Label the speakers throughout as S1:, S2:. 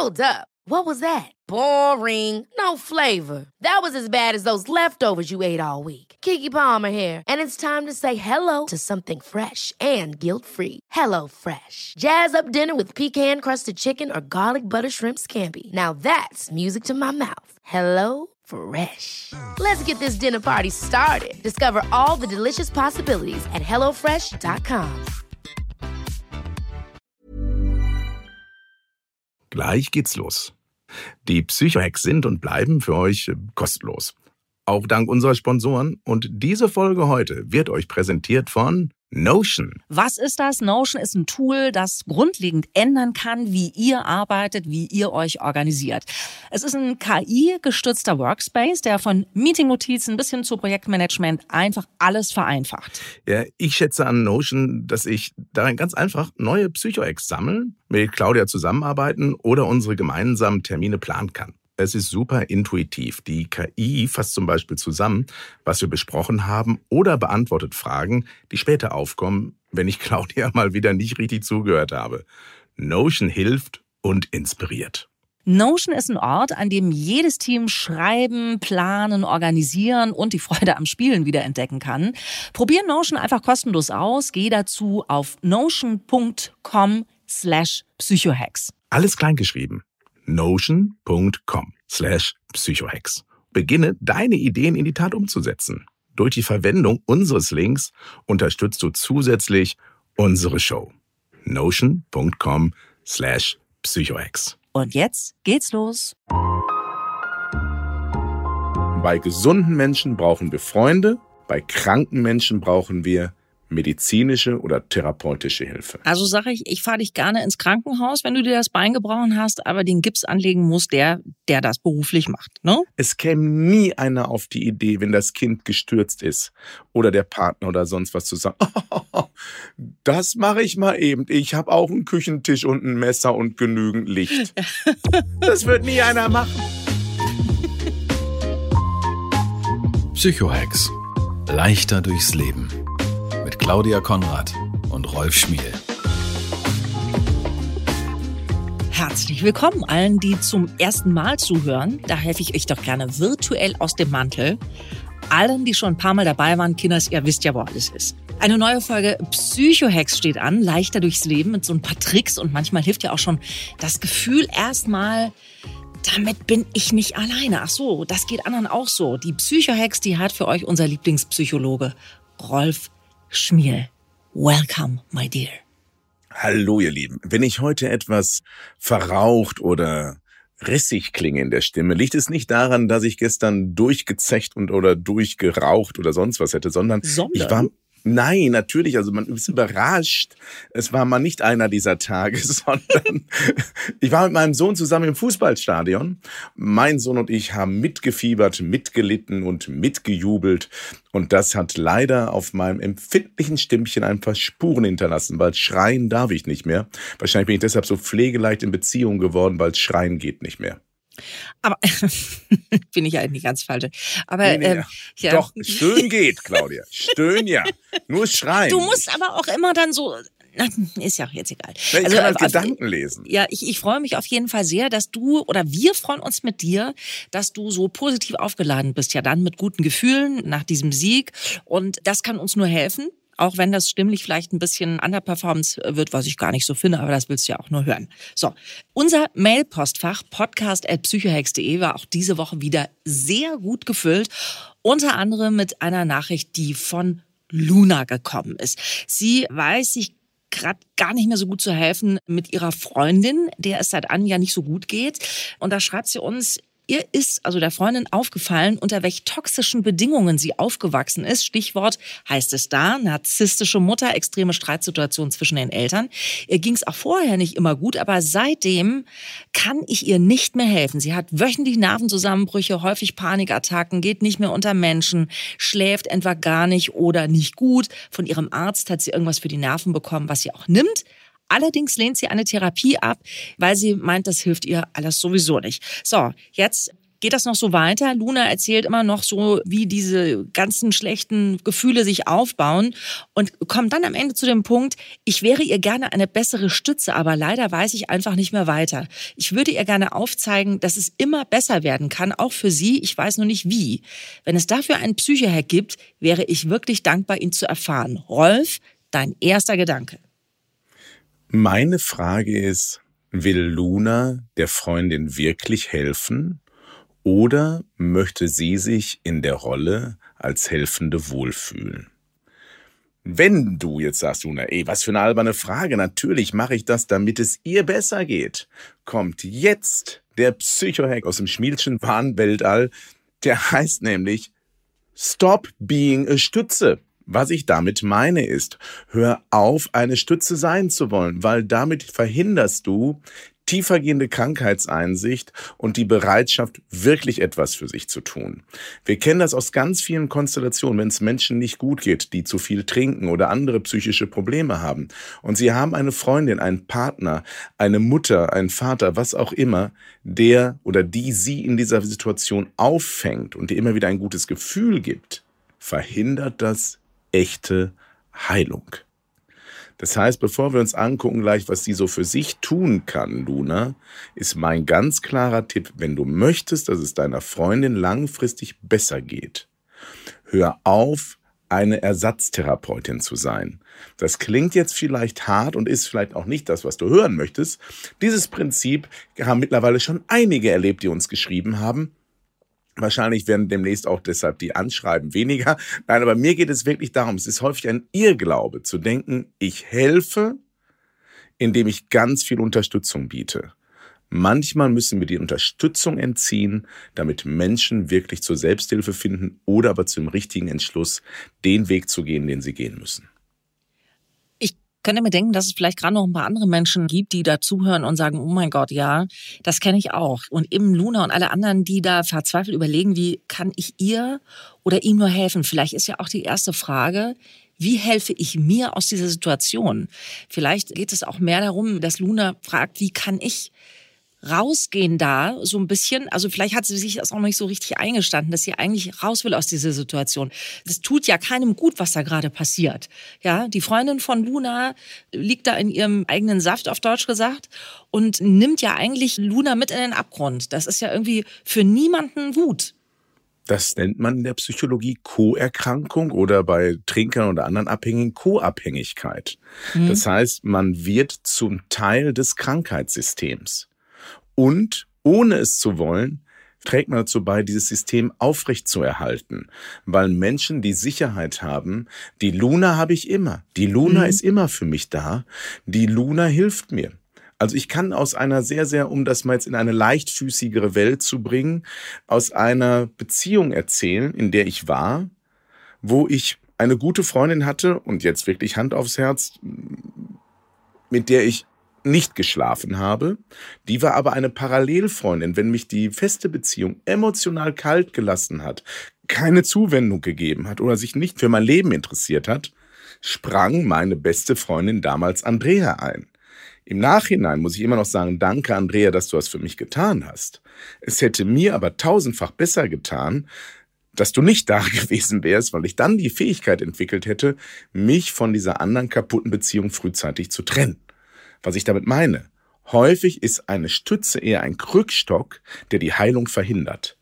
S1: Hold up. What was that? Boring. No flavor. That was as bad as those leftovers you ate all week. Keke Palmer here. And it's time to say hello to something fresh and guilt-free. Hello Fresh. Jazz up dinner with pecan-crusted chicken or garlic butter shrimp scampi. Now that's music to my mouth. Hello Fresh. Let's get this dinner party started. Discover all the delicious possibilities at hellofresh.com.
S2: Gleich geht's los. Die Psycho-Hacks sind und bleiben für euch kostenlos. Auch dank unserer Sponsoren. Und diese Folge heute wird euch präsentiert von Notion.
S3: Was ist das? Notion ist ein Tool, das grundlegend ändern kann, wie ihr arbeitet, wie ihr euch organisiert. Es ist ein KI-gestützter Workspace, der von Meeting-Notizen bis hin zu Projektmanagement einfach alles vereinfacht.
S2: Ja, ich schätze an Notion, dass ich darin ganz einfach neue Psycho-Hacks sammeln, mit Claudia zusammenarbeiten oder unsere gemeinsamen Termine planen kann. Es ist super intuitiv. Die KI fasst zum Beispiel zusammen, was wir besprochen haben oder beantwortet Fragen, die später aufkommen, wenn ich Claudia mal wieder nicht richtig zugehört habe. Notion hilft und inspiriert.
S3: Notion ist ein Ort, an dem jedes Team schreiben, planen, organisieren und die Freude am Spielen wiederentdecken kann. Probier Notion einfach kostenlos aus. Geh dazu auf notion.com/psychohacks.
S2: Alles kleingeschrieben. notion.com/psychohacks. Beginne, deine Ideen in die Tat umzusetzen. Durch die Verwendung unseres Links unterstützt du zusätzlich unsere Show. notion.com/psychohacks.
S3: Und jetzt geht's los.
S2: Bei gesunden Menschen brauchen wir Freunde, bei kranken Menschen brauchen wir medizinische oder therapeutische Hilfe.
S3: Also sage ich fahre dich gerne ins Krankenhaus, wenn du dir das Bein gebrochen hast, aber den Gips anlegen muss der das beruflich macht, ne?
S2: Es käme nie einer auf die Idee, wenn das Kind gestürzt ist oder der Partner oder sonst was zu sagen. Oh, das mache ich mal eben. Ich habe auch einen Küchentisch und ein Messer und genügend Licht. Das wird nie einer machen.
S4: Psycho-Hacks. Leichter durchs Leben. Mit Claudia Konrad und Rolf Schmiel.
S3: Herzlich willkommen allen, die zum ersten Mal zuhören. Da helfe ich euch doch gerne virtuell aus dem Mantel. Allen, die schon ein paar Mal dabei waren, Kinders, ihr wisst ja, wo alles ist. Eine neue Folge Psycho-Hacks steht an, leichter durchs Leben mit so ein paar Tricks. Und manchmal hilft ja auch schon das Gefühl erstmal, damit bin ich nicht alleine. Ach so, das geht anderen auch so. Die Psycho-Hacks, die hat für euch unser Lieblingspsychologe Rolf Schmiel. Welcome, my dear.
S2: Hallo, ihr Lieben. Wenn ich heute etwas verraucht oder rissig klinge in der Stimme, liegt es nicht daran, dass ich gestern durchgezecht oder durchgeraucht oder sonst was hätte, sondern ich war... Nein, natürlich, also man ist überrascht. Es war mal nicht einer dieser Tage, sondern ich war mit meinem Sohn zusammen im Fußballstadion. Mein Sohn und ich haben mitgefiebert, mitgelitten und mitgejubelt. Und das hat leider auf meinem empfindlichen Stimmchen ein paar Spuren hinterlassen, weil schreien darf ich nicht mehr. Wahrscheinlich bin ich deshalb so pflegeleicht in Beziehung geworden, weil schreien geht nicht mehr.
S3: Aber bin ich ja nicht ganz falsch. Aber
S2: nee.
S3: ja.
S2: Doch, stöhnen geht, Claudia. Stöhnen ja. Nur schreien.
S3: Du musst aber auch immer dann so. Na, ist ja auch jetzt egal.
S2: Ich kann halt Gedanken lesen.
S3: Ja, ich freue mich auf jeden Fall sehr, dass du, oder wir freuen uns mit dir, dass du so positiv aufgeladen bist. Ja, dann mit guten Gefühlen nach diesem Sieg. Und das kann uns nur helfen. Auch wenn das stimmlich vielleicht ein bisschen Underperformance wird, was ich gar nicht so finde, aber das willst du ja auch nur hören. So, unser Mailpostfach podcast@psychohacks.de war auch diese Woche wieder sehr gut gefüllt. Unter anderem mit einer Nachricht, die von Luna gekommen ist. Sie weiß sich gerade gar nicht mehr so gut zu helfen mit ihrer Freundin, der es seit einem Jahr nicht so gut geht. Und da schreibt sie uns: Ihr ist, also der Freundin, aufgefallen, unter welch toxischen Bedingungen sie aufgewachsen ist. Stichwort heißt es da, narzisstische Mutter, extreme Streitsituation zwischen den Eltern. Ihr ging es auch vorher nicht immer gut, aber seitdem kann ich ihr nicht mehr helfen. Sie hat wöchentlich Nervenzusammenbrüche, häufig Panikattacken, geht nicht mehr unter Menschen, schläft entweder gar nicht oder nicht gut. Von ihrem Arzt hat sie irgendwas für die Nerven bekommen, was sie auch nimmt. Allerdings lehnt sie eine Therapie ab, weil sie meint, das hilft ihr alles sowieso nicht. So, jetzt geht das noch so weiter. Luna erzählt immer noch so, wie diese ganzen schlechten Gefühle sich aufbauen und kommt dann am Ende zu dem Punkt, ich wäre ihr gerne eine bessere Stütze, aber leider weiß ich einfach nicht mehr weiter. Ich würde ihr gerne aufzeigen, dass es immer besser werden kann, auch für sie. Ich weiß nur nicht wie. Wenn es dafür einen Psychohack gibt, wäre ich wirklich dankbar, ihn zu erfahren. Rolf, dein erster Gedanke.
S2: Meine Frage ist, will Luna der Freundin wirklich helfen oder möchte sie sich in der Rolle als Helfende wohlfühlen? Wenn du jetzt sagst, Luna, was für eine alberne Frage, natürlich mache ich das, damit es ihr besser geht, kommt jetzt der Psychohack aus dem Schmielschen Wahnweltall, der heißt nämlich Stop being a Stütze. Was ich damit meine ist, hör auf, eine Stütze sein zu wollen, weil damit verhinderst du tiefergehende Krankheitseinsicht und die Bereitschaft, wirklich etwas für sich zu tun. Wir kennen das aus ganz vielen Konstellationen, wenn es Menschen nicht gut geht, die zu viel trinken oder andere psychische Probleme haben. Und sie haben eine Freundin, einen Partner, eine Mutter, einen Vater, was auch immer, der oder die sie in dieser Situation auffängt und dir immer wieder ein gutes Gefühl gibt, verhindert das echte Heilung. Das heißt, bevor wir uns angucken gleich, was sie so für sich tun kann, Luna, ist mein ganz klarer Tipp, wenn du möchtest, dass es deiner Freundin langfristig besser geht, hör auf, eine Ersatztherapeutin zu sein. Das klingt jetzt vielleicht hart und ist vielleicht auch nicht das, was du hören möchtest. Dieses Prinzip haben mittlerweile schon einige erlebt, die uns geschrieben haben. Wahrscheinlich werden demnächst auch deshalb die Anschreiben weniger. Nein, aber mir geht es wirklich darum, es ist häufig ein Irrglaube zu denken, ich helfe, indem ich ganz viel Unterstützung biete. Manchmal müssen wir die Unterstützung entziehen, damit Menschen wirklich zur Selbsthilfe finden oder aber zum richtigen Entschluss, den Weg zu gehen, den sie gehen müssen.
S3: Ich könnte mir denken, dass es vielleicht gerade noch ein paar andere Menschen gibt, die da zuhören und sagen, oh mein Gott, ja, das kenne ich auch. Und eben Luna und alle anderen, die da verzweifelt überlegen, wie kann ich ihr oder ihm nur helfen? Vielleicht ist ja auch die erste Frage, wie helfe ich mir aus dieser Situation? Vielleicht geht es auch mehr darum, dass Luna fragt, wie kann ich rausgehen da so ein bisschen, also vielleicht hat sie sich das auch noch nicht so richtig eingestanden, dass sie eigentlich raus will aus dieser Situation. Das tut ja keinem gut, was da gerade passiert. Ja, die Freundin von Luna liegt da in ihrem eigenen Saft, auf Deutsch gesagt, und nimmt ja eigentlich Luna mit in den Abgrund. Das ist ja irgendwie für niemanden gut.
S2: Das nennt man in der Psychologie Co-Erkrankung oder bei Trinkern oder anderen Abhängigen Co-Abhängigkeit. Das heißt, man wird zum Teil des Krankheitssystems. Und ohne es zu wollen, trägt man dazu bei, dieses System aufrechtzuerhalten. Weil Menschen die Sicherheit haben, die Luna habe ich immer. Die Luna ist immer für mich da. Die Luna hilft mir. Also ich kann aus einer sehr, um das mal jetzt in eine leichtfüßigere Welt zu bringen, aus einer Beziehung erzählen, in der ich war, wo ich eine gute Freundin hatte und jetzt wirklich Hand aufs Herz, mit der ich nicht geschlafen habe. Die war aber eine Parallelfreundin. Wenn mich die feste Beziehung emotional kalt gelassen hat, keine Zuwendung gegeben hat oder sich nicht für mein Leben interessiert hat, sprang meine beste Freundin damals Andrea ein. Im Nachhinein muss ich immer noch sagen, danke Andrea, dass du das für mich getan hast. Es hätte mir aber tausendfach besser getan, dass du nicht da gewesen wärst, weil ich dann die Fähigkeit entwickelt hätte, mich von dieser anderen kaputten Beziehung frühzeitig zu trennen. Was ich damit meine, häufig ist eine Stütze eher ein Krückstock, der die Heilung verhindert.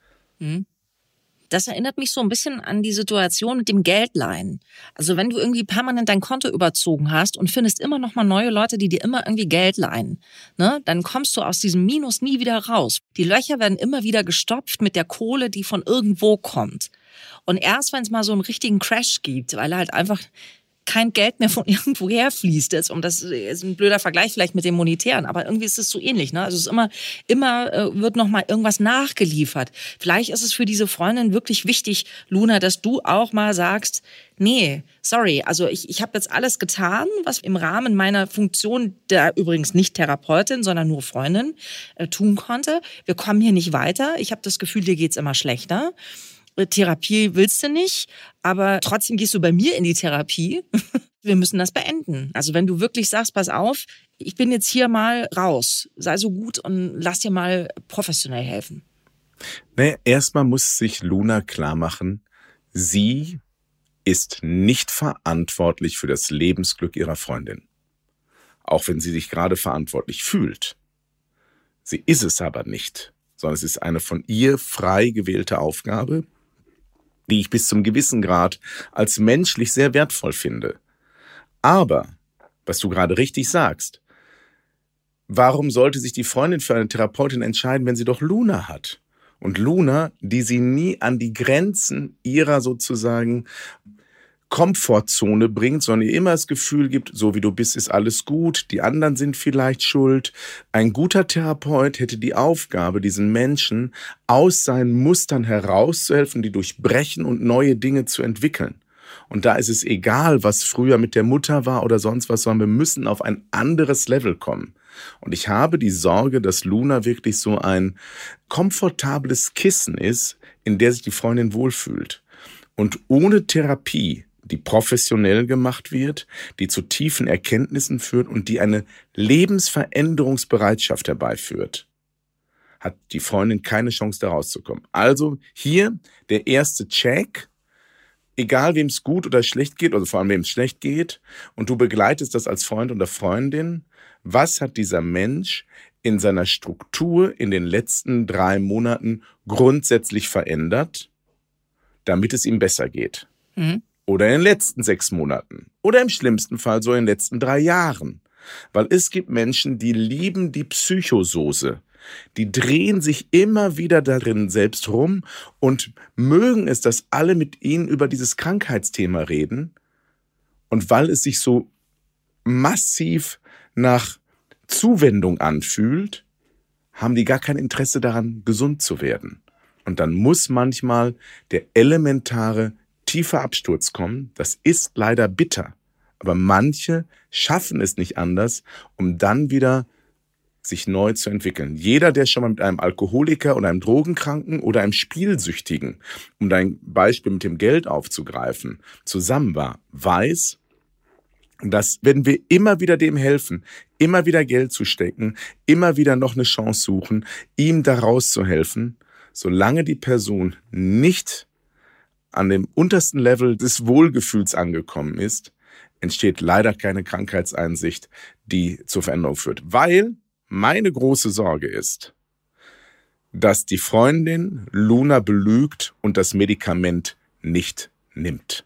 S3: Das erinnert mich so ein bisschen an die Situation mit dem Geldleihen. Also wenn du irgendwie permanent dein Konto überzogen hast und findest immer noch mal neue Leute, die dir immer irgendwie Geld leihen, ne, dann kommst du aus diesem Minus nie wieder raus. Die Löcher werden immer wieder gestopft mit der Kohle, die von irgendwo kommt. Und erst wenn es mal so einen richtigen Crash gibt, weil halt einfach kein Geld mehr von irgendwo herfließt. Das ist ein blöder Vergleich vielleicht mit dem Monetären, aber irgendwie ist es so ähnlich. Ne? Also es ist immer wird noch mal irgendwas nachgeliefert. Vielleicht ist es für diese Freundin wirklich wichtig, Luna, dass du auch mal sagst, nee, sorry, also ich habe jetzt alles getan, was im Rahmen meiner Funktion, der übrigens nicht Therapeutin, sondern nur Freundin, tun konnte. Wir kommen hier nicht weiter. Ich habe das Gefühl, dir geht's immer schlechter. Therapie willst du nicht, aber trotzdem gehst du bei mir in die Therapie. Wir müssen das beenden. Also wenn du wirklich sagst, pass auf, ich bin jetzt hier mal raus, sei so gut und lass dir mal professionell helfen.
S2: Naja, erstmal muss sich Luna klar machen, sie ist nicht verantwortlich für das Lebensglück ihrer Freundin. Auch wenn sie sich gerade verantwortlich fühlt. Sie ist es aber nicht, sondern es ist eine von ihr frei gewählte Aufgabe, die ich bis zum gewissen Grad als menschlich sehr wertvoll finde. Aber, was du gerade richtig sagst, warum sollte sich die Freundin für eine Therapeutin entscheiden, wenn sie doch Luna hat? Und Luna, die sie nie an die Grenzen ihrer sozusagen Komfortzone bringt, sondern ihr immer das Gefühl gibt, so wie du bist, ist alles gut, die anderen sind vielleicht schuld. Ein guter Therapeut hätte die Aufgabe, diesen Menschen aus seinen Mustern herauszuhelfen, die durchbrechen und neue Dinge zu entwickeln. Und da ist es egal, was früher mit der Mutter war oder sonst was, sondern wir müssen auf ein anderes Level kommen. Und ich habe die Sorge, dass Luna wirklich so ein komfortables Kissen ist, in der sich die Freundin wohlfühlt. Und ohne Therapie, die professionell gemacht wird, die zu tiefen Erkenntnissen führt und die eine Lebensveränderungsbereitschaft herbeiführt, hat die Freundin keine Chance, da rauszukommen. Also hier der erste Check, egal wem es gut oder schlecht geht, also vor allem wem es schlecht geht, und du begleitest das als Freund oder Freundin, was hat dieser Mensch in seiner Struktur in den letzten 3 Monaten grundsätzlich verändert, damit es ihm besser geht? Oder in den letzten 6 Monaten. Oder im schlimmsten Fall so in den letzten 3 Jahren. Weil es gibt Menschen, die lieben die Psychosoße. Die drehen sich immer wieder darin selbst rum und mögen es, dass alle mit ihnen über dieses Krankheitsthema reden. Und weil es sich so massiv nach Zuwendung anfühlt, haben die gar kein Interesse daran, gesund zu werden. Und dann muss manchmal der elementare, tiefe Absturz kommen. Das ist leider bitter. Aber manche schaffen es nicht anders, um dann wieder sich neu zu entwickeln. Jeder, der schon mal mit einem Alkoholiker oder einem Drogenkranken oder einem Spielsüchtigen, um dein Beispiel mit dem Geld aufzugreifen, zusammen war, weiß, dass wenn wir immer wieder dem helfen, immer wieder Geld zu stecken, immer wieder noch eine Chance suchen, ihm da rauszuhelfen, solange die Person nicht an dem untersten Level des Wohlgefühls angekommen ist, entsteht leider keine Krankheitseinsicht, die zur Veränderung führt. Weil meine große Sorge ist, dass die Freundin Luna belügt und das Medikament nicht nimmt.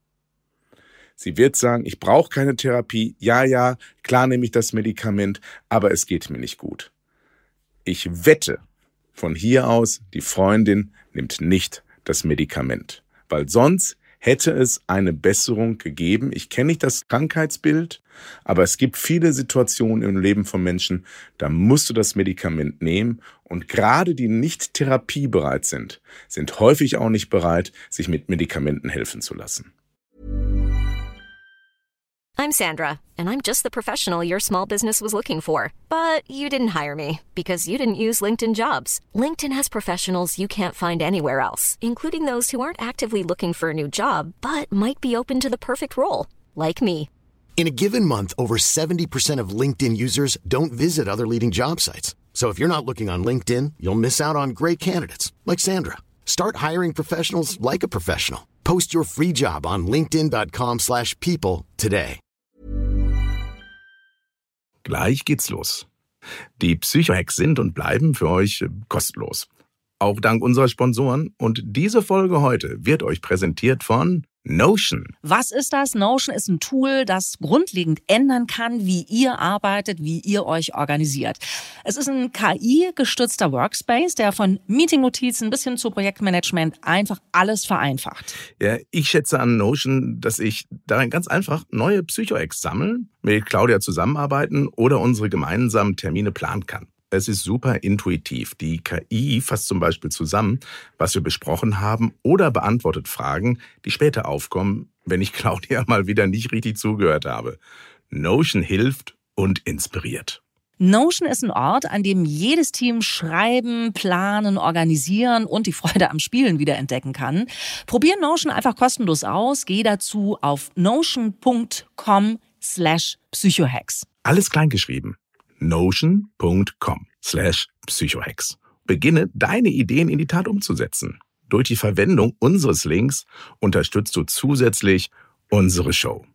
S2: Sie wird sagen, ich brauche keine Therapie, ja, klar nehme ich das Medikament, aber es geht mir nicht gut. Ich wette von hier aus, die Freundin nimmt nicht das Medikament, weil sonst hätte es eine Besserung gegeben. Ich kenne nicht das Krankheitsbild, aber es gibt viele Situationen im Leben von Menschen, da musst du das Medikament nehmen. Und gerade die nicht therapiebereit sind, sind häufig auch nicht bereit, sich mit Medikamenten helfen zu lassen.
S5: I'm Sandra, and I'm just the professional your small business was looking for. But you didn't hire me because you didn't use LinkedIn Jobs. LinkedIn has professionals you can't find anywhere else, including those who aren't actively looking for a new job, but might be open to the perfect role, like me.
S6: In a given month, over 70% of LinkedIn users don't visit other leading job sites. So if you're not looking on LinkedIn, you'll miss out on great candidates like Sandra. Start hiring professionals like a professional. Post your free job on linkedin.com/people today.
S2: Gleich geht's los. Die Psycho-Hacks sind und bleiben für euch kostenlos. Auch dank unserer Sponsoren. Und diese Folge heute wird euch präsentiert von Notion.
S3: Was ist das? Notion ist ein Tool, das grundlegend ändern kann, wie ihr arbeitet, wie ihr euch organisiert. Es ist ein KI-gestützter Workspace, der von Meeting-Notizen bis hin zu Projektmanagement einfach alles vereinfacht.
S2: Ja, ich schätze an Notion, dass ich darin ganz einfach neue Psycho-Hacks sammeln, mit Claudia zusammenarbeiten oder unsere gemeinsamen Termine planen kann. Es ist super intuitiv. Die KI fasst zum Beispiel zusammen, was wir besprochen haben oder beantwortet Fragen, die später aufkommen, wenn ich Claudia mal wieder nicht richtig zugehört habe. Notion hilft und inspiriert.
S3: Notion ist ein Ort, an dem jedes Team schreiben, planen, organisieren und die Freude am Spielen wiederentdecken kann. Probier Notion einfach kostenlos aus. Geh dazu auf notion.com/psychohacks.
S2: Alles klein geschrieben. notion.com/psychohacks. beginne, deine Ideen in die Tat umzusetzen. Durch die Verwendung unseres Links unterstützt du zusätzlich unsere Show.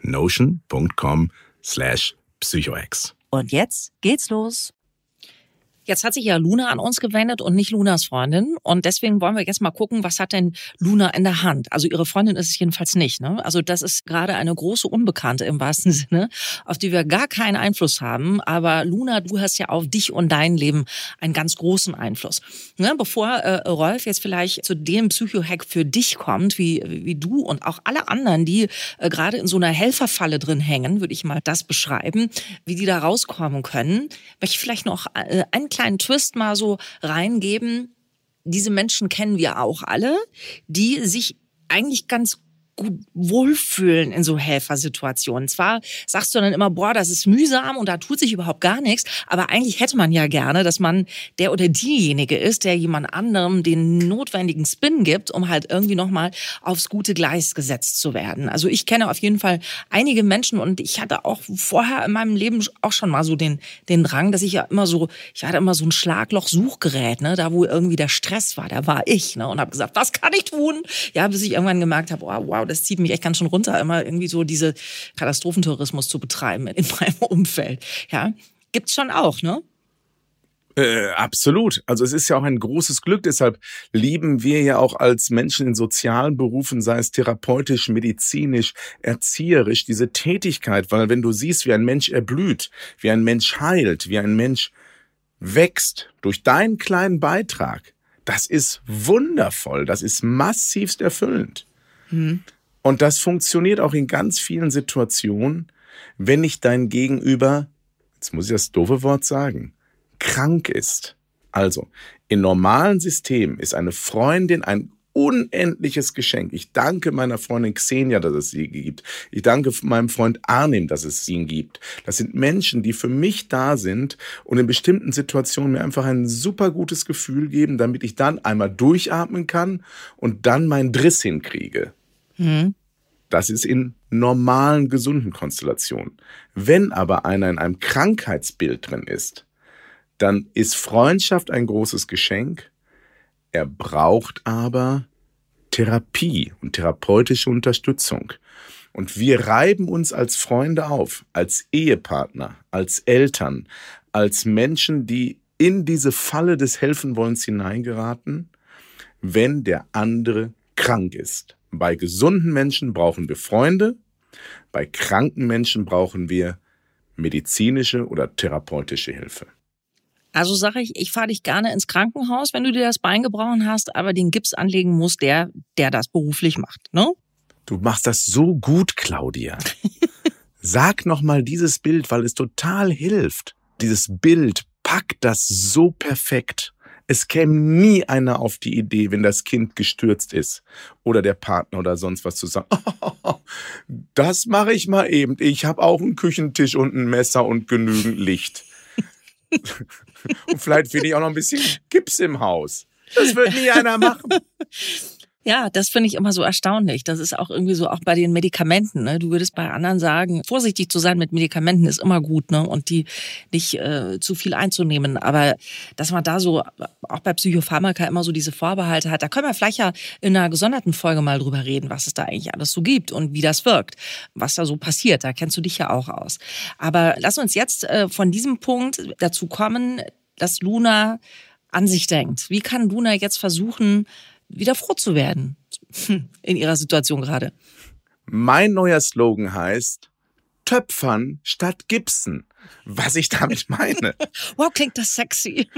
S2: Notion.com/psychoex.
S3: Und jetzt geht's los. Jetzt hat sich ja Luna an uns gewendet und nicht Lunas Freundin. Und deswegen wollen wir jetzt mal gucken, was hat denn Luna in der Hand? Also ihre Freundin ist es jedenfalls nicht, ne? Also das ist gerade eine große Unbekannte im wahrsten Sinne, auf die wir gar keinen Einfluss haben. Aber Luna, du hast ja auf dich und dein Leben einen ganz großen Einfluss. Ne? Bevor Rolf jetzt vielleicht zu dem Psycho-Hack für dich kommt, wie du und auch alle anderen, die gerade in so einer Helferfalle drin hängen, würde ich mal das beschreiben, wie die da rauskommen können, möchte ich vielleicht noch einen kleinen Twist mal so reingeben. Diese Menschen kennen wir auch alle, die sich eigentlich ganz gut wohlfühlen in so Helfersituationen. Zwar sagst du dann immer, boah, das ist mühsam und da tut sich überhaupt gar nichts, aber eigentlich hätte man ja gerne, dass man der oder diejenige ist, der jemand anderem den notwendigen Spin gibt, um halt irgendwie nochmal aufs gute Gleis gesetzt zu werden. Also ich kenne auf jeden Fall einige Menschen und ich hatte auch vorher in meinem Leben auch schon mal so den Drang, dass ich hatte immer so ein Schlagloch-Suchgerät, ne, da wo irgendwie der Stress war, da war ich, ne, und habe gesagt, was kann ich tun? Ja, bis ich irgendwann gemerkt habe, oh, wow, das zieht mich echt ganz schön runter, immer irgendwie so diese Katastrophentourismus zu betreiben in meinem Umfeld. Ja, gibt's schon auch, ne?
S2: Absolut. Also es ist ja auch ein großes Glück. Deshalb lieben wir ja auch als Menschen in sozialen Berufen, sei es therapeutisch, medizinisch, erzieherisch, diese Tätigkeit. Weil wenn du siehst, wie ein Mensch erblüht, wie ein Mensch heilt, wie ein Mensch wächst durch deinen kleinen Beitrag, das ist wundervoll. Das ist massivst erfüllend. Und das funktioniert auch in ganz vielen Situationen, wenn nicht dein Gegenüber, jetzt muss ich das doofe Wort sagen, krank ist. Also, in normalen Systemen ist eine Freundin ein unendliches Geschenk. Ich danke meiner Freundin Xenia, dass es sie gibt. Ich danke meinem Freund Arnim, dass es ihn gibt. Das sind Menschen, die für mich da sind und in bestimmten Situationen mir einfach ein super gutes Gefühl geben, damit ich dann einmal durchatmen kann und dann meinen Driss hinkriege. Das ist in normalen, gesunden Konstellationen. Wenn aber einer in einem Krankheitsbild drin ist, dann ist Freundschaft ein großes Geschenk. Er braucht aber Therapie und therapeutische Unterstützung. Und wir reiben uns als Freunde auf, als Ehepartner, als Eltern, als Menschen, die in diese Falle des Helfenwollens hineingeraten, wenn der andere krank ist. Bei gesunden Menschen brauchen wir Freunde, bei kranken Menschen brauchen wir medizinische oder therapeutische Hilfe.
S3: Also sage ich fahre dich gerne ins Krankenhaus, wenn du dir das Bein gebrochen hast, aber den Gips anlegen muss der das beruflich macht, ne?
S2: Du machst das so gut, Claudia. Sag noch mal dieses Bild, weil es total hilft. Dieses Bild packt das so perfekt. Es käme nie einer auf die Idee, wenn das Kind gestürzt ist oder der Partner oder sonst was zu sagen. Oh, das mache ich mal eben. Ich habe auch einen Küchentisch und ein Messer und genügend Licht. Und vielleicht finde ich auch noch ein bisschen Gips im Haus. Das wird nie einer machen.
S3: Ja, das finde ich immer so erstaunlich. Das ist auch irgendwie so auch bei den Medikamenten. Ne? Du würdest bei anderen sagen, vorsichtig zu sein mit Medikamenten ist immer gut, ne? Und die nicht zu viel einzunehmen. Aber dass man da so auch bei Psychopharmaka immer so diese Vorbehalte hat, da können wir vielleicht ja in einer gesonderten Folge mal drüber reden, was es da eigentlich alles so gibt und wie das wirkt, was da so passiert. Da kennst du dich ja auch aus. Aber lass uns jetzt von diesem Punkt dazu kommen, dass Luna an sich denkt. Wie kann Luna jetzt versuchen, wieder froh zu werden in ihrer Situation gerade?
S2: Mein neuer Slogan heißt Töpfern statt Gipsen. Was ich damit meine.
S3: Wow, klingt das sexy.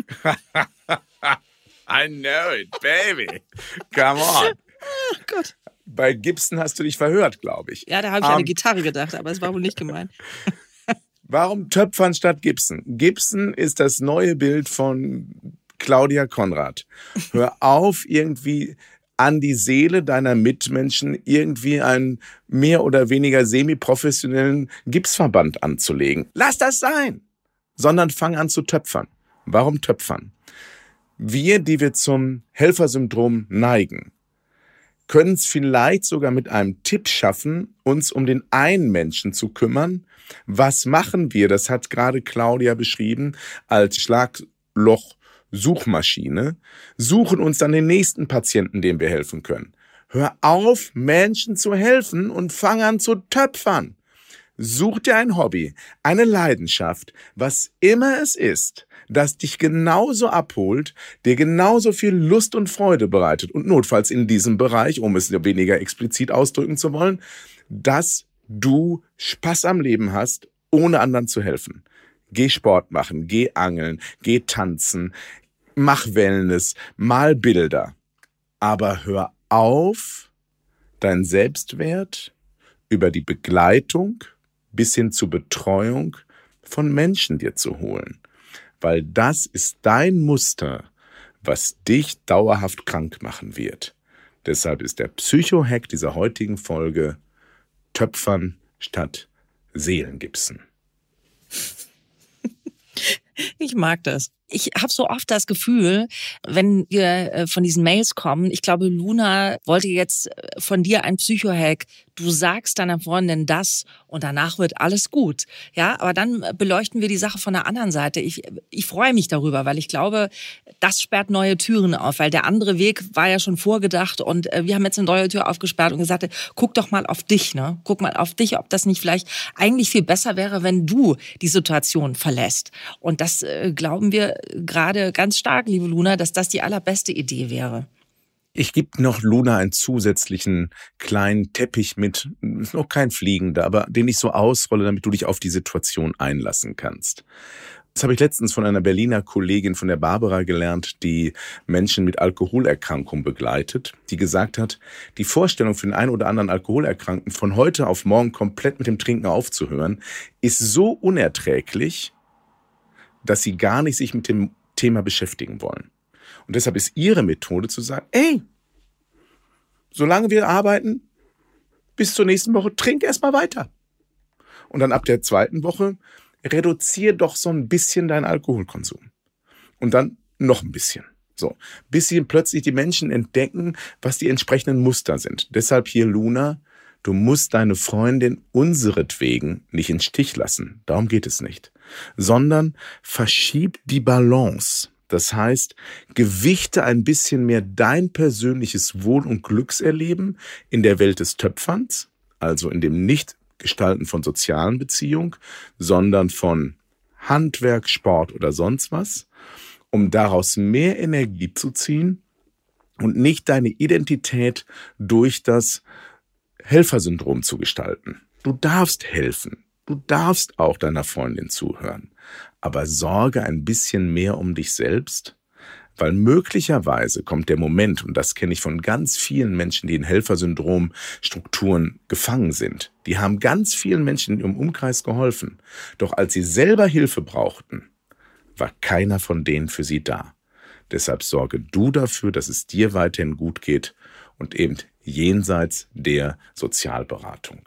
S2: I know it, baby. Come on.
S3: Oh Gott.
S2: Bei Gibson hast du dich verhört, glaube ich.
S3: Ja, da habe ich an eine Gitarre gedacht, aber es war wohl nicht gemeint.
S2: Warum Töpfern statt Gibson? Gibson ist das neue Bild von Claudia Konrad. Hör auf, irgendwie an die Seele deiner Mitmenschen irgendwie einen mehr oder weniger semi-professionellen Gipsverband anzulegen. Lass das sein! Sondern fang an zu töpfern. Warum töpfern? Wir, die wir zum Helfersyndrom neigen, können es vielleicht sogar mit einem Tipp schaffen, uns um den einen Menschen zu kümmern. Was machen wir? Das hat gerade Claudia beschrieben als Schlagloch Suchmaschine, suchen uns dann den nächsten Patienten, dem wir helfen können. Hör auf, Menschen zu helfen und fang an zu töpfern. Such dir ein Hobby, eine Leidenschaft, was immer es ist, das dich genauso abholt, dir genauso viel Lust und Freude bereitet und notfalls in diesem Bereich, um es weniger explizit ausdrücken zu wollen, dass du Spaß am Leben hast, ohne anderen zu helfen. Geh Sport machen, geh angeln, geh tanzen, mach Wellness, mal Bilder. Aber hör auf, deinen Selbstwert über die Begleitung bis hin zur Betreuung von Menschen dir zu holen. Weil das ist dein Muster, was dich dauerhaft krank machen wird. Deshalb ist der Psycho-Hack dieser heutigen Folge Töpfern statt Seelengipsen.
S3: Ich mag das. Ich habe so oft das Gefühl, wenn wir von diesen Mails kommen, ich glaube, Luna wollte jetzt von dir ein Psycho-Hack. Du sagst deiner Freundin das und danach wird alles gut. Ja, aber dann beleuchten wir die Sache von der anderen Seite. Ich freue mich darüber, weil ich glaube, das sperrt neue Türen auf, weil der andere Weg war ja schon vorgedacht und wir haben jetzt eine neue Tür aufgesperrt und gesagt, guck doch mal auf dich, ne? Guck mal auf dich, ob das nicht vielleicht eigentlich viel besser wäre, wenn du die Situation verlässt. Und das glauben wir gerade ganz stark, liebe Luna, dass das die allerbeste Idee wäre.
S2: Ich gebe noch Luna einen zusätzlichen kleinen Teppich mit, ist noch kein fliegender, aber den ich so ausrolle, damit du dich auf die Situation einlassen kannst. Das habe ich letztens von einer Berliner Kollegin, von der Barbara, gelernt, die Menschen mit Alkoholerkrankung begleitet, die gesagt hat, die Vorstellung für den einen oder anderen Alkoholerkrankten von heute auf morgen komplett mit dem Trinken aufzuhören, ist so unerträglich, dass sie gar nicht sich mit dem Thema beschäftigen wollen. Und deshalb ist ihre Methode zu sagen, ey, solange wir arbeiten, bis zur nächsten Woche, trink erstmal weiter. Und dann ab der zweiten Woche reduziere doch so ein bisschen deinen Alkoholkonsum. Und dann noch ein bisschen. So, bis sie plötzlich die Menschen entdecken, was die entsprechenden Muster sind. Deshalb hier, Luna, du musst deine Freundin unseretwegen nicht im Stich lassen. Darum geht es nicht. Sondern verschieb die Balance. Das heißt, gewichte ein bisschen mehr dein persönliches Wohl- und Glückserleben in der Welt des Töpferns, also in dem Nicht-Gestalten von sozialen Beziehungen, sondern von Handwerk, Sport oder sonst was, um daraus mehr Energie zu ziehen und nicht deine Identität durch das Helfersyndrom zu gestalten. Du darfst helfen. Du darfst auch deiner Freundin zuhören. Aber sorge ein bisschen mehr um dich selbst, weil möglicherweise kommt der Moment, und das kenne ich von ganz vielen Menschen, die in Helfersyndrom-Strukturen gefangen sind. Die haben ganz vielen Menschen im Umkreis geholfen. Doch als sie selber Hilfe brauchten, war keiner von denen für sie da. Deshalb sorge du dafür, dass es dir weiterhin gut geht und eben jenseits der Sozialberatung.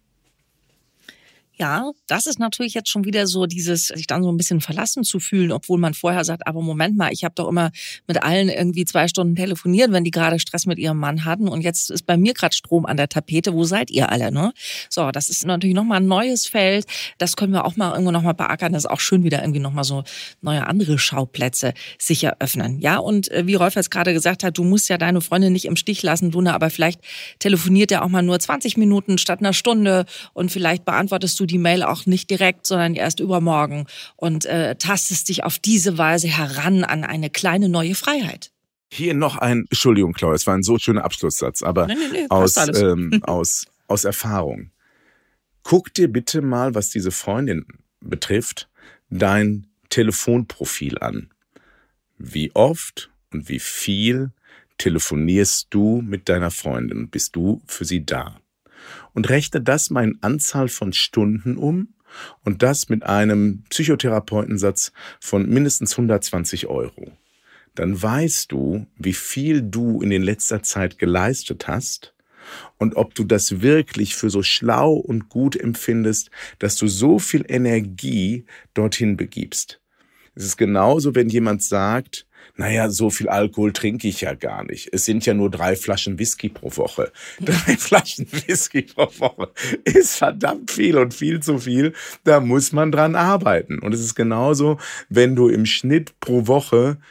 S3: Ja, das ist natürlich jetzt schon wieder so dieses, sich dann so ein bisschen verlassen zu fühlen, obwohl man vorher sagt, aber Moment mal, ich habe doch immer mit allen irgendwie 2 Stunden telefoniert, wenn die gerade Stress mit ihrem Mann hatten und jetzt ist bei mir gerade Strom an der Tapete, wo seid ihr alle, ne? So, das ist natürlich nochmal ein neues Feld, das können wir auch mal irgendwo nochmal beackern, das ist auch schön wieder irgendwie nochmal so neue andere Schauplätze sich eröffnen, ja? Und wie Rolf jetzt gerade gesagt hat, du musst ja deine Freundin nicht im Stich lassen, Luna, aber vielleicht telefoniert er auch mal nur 20 Minuten statt einer Stunde und vielleicht beantwortest du die Mail auch nicht direkt, sondern erst übermorgen und tastest dich auf diese Weise heran an eine kleine neue Freiheit.
S2: Hier noch Entschuldigung, Claudia, es war ein so schöner Abschlusssatz, aber
S3: Nee,
S2: aus Erfahrung. Guck dir bitte mal, was diese Freundin betrifft, dein Telefonprofil an. Wie oft und wie viel telefonierst du mit deiner Freundin? Bist du für sie da? Und rechne das mal in Anzahl von Stunden um und das mit einem Psychotherapeutensatz von mindestens 120 €. Dann weißt du, wie viel du in letzter Zeit geleistet hast und ob du das wirklich für so schlau und gut empfindest, dass du so viel Energie dorthin begibst. Es ist genauso, wenn jemand sagt, naja, so viel Alkohol trinke ich ja gar nicht. Es sind ja nur 3 Flaschen Whisky pro Woche. 3 Flaschen Whisky pro Woche ist verdammt viel und viel zu viel. Da muss man dran arbeiten. Und es ist genauso, wenn du im Schnitt pro Woche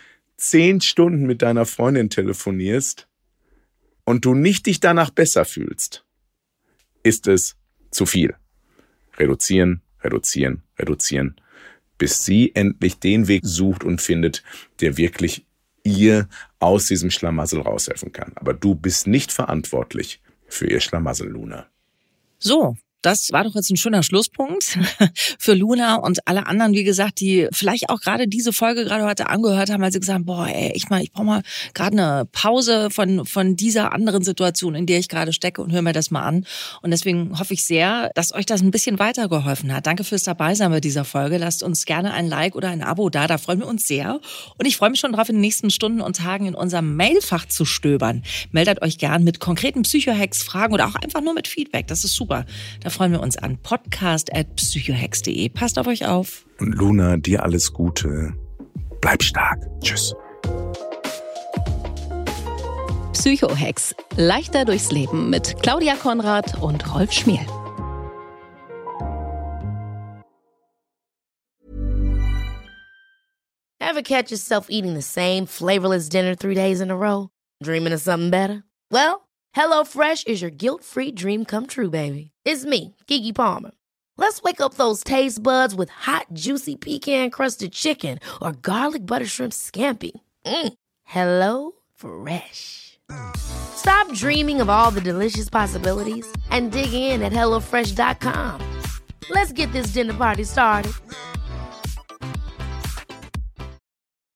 S2: 10 Stunden mit deiner Freundin telefonierst und du nicht dich danach besser fühlst, ist es zu viel. Reduzieren, reduzieren, reduzieren, bis sie endlich den Weg sucht und findet, der wirklich ihr aus diesem Schlamassel raushelfen kann. Aber du bist nicht verantwortlich für ihr Schlamassel, Luna.
S3: So, das war doch jetzt ein schöner Schlusspunkt für Luna und alle anderen, wie gesagt, die vielleicht auch gerade diese Folge gerade heute angehört haben, weil sie gesagt haben, boah, ey, ich brauche mal gerade eine Pause von dieser anderen Situation, in der ich gerade stecke und höre mir das mal an. Und deswegen hoffe ich sehr, dass euch das ein bisschen weitergeholfen hat. Danke fürs Dabeisein bei dieser Folge. Lasst uns gerne ein Like oder ein Abo da freuen wir uns sehr. Und ich freue mich schon drauf, in den nächsten Stunden und Tagen in unserem Mailfach zu stöbern. Meldet euch gern mit konkreten Psycho-Hacks, Fragen oder auch einfach nur mit Feedback. Das ist super. Da freuen wir uns an podcast@psychohex.de. Passt auf euch auf.
S2: Und Luna, dir alles Gute. Bleib stark. Tschüss.
S7: Psychohex. Leichter durchs Leben mit Claudia Konrad und Rolf Schmiel.
S1: Ever catch yourself eating the same flavorless dinner 3 days in a row? Dreaming of something better? Well, HelloFresh is your guilt-free dream come true, baby. It's me, Keke Palmer. Let's wake up those taste buds with hot, juicy pecan-crusted chicken or garlic butter shrimp scampi. Hello Fresh. Stop dreaming of all the delicious possibilities and dig in at HelloFresh.com. Let's get this dinner party started.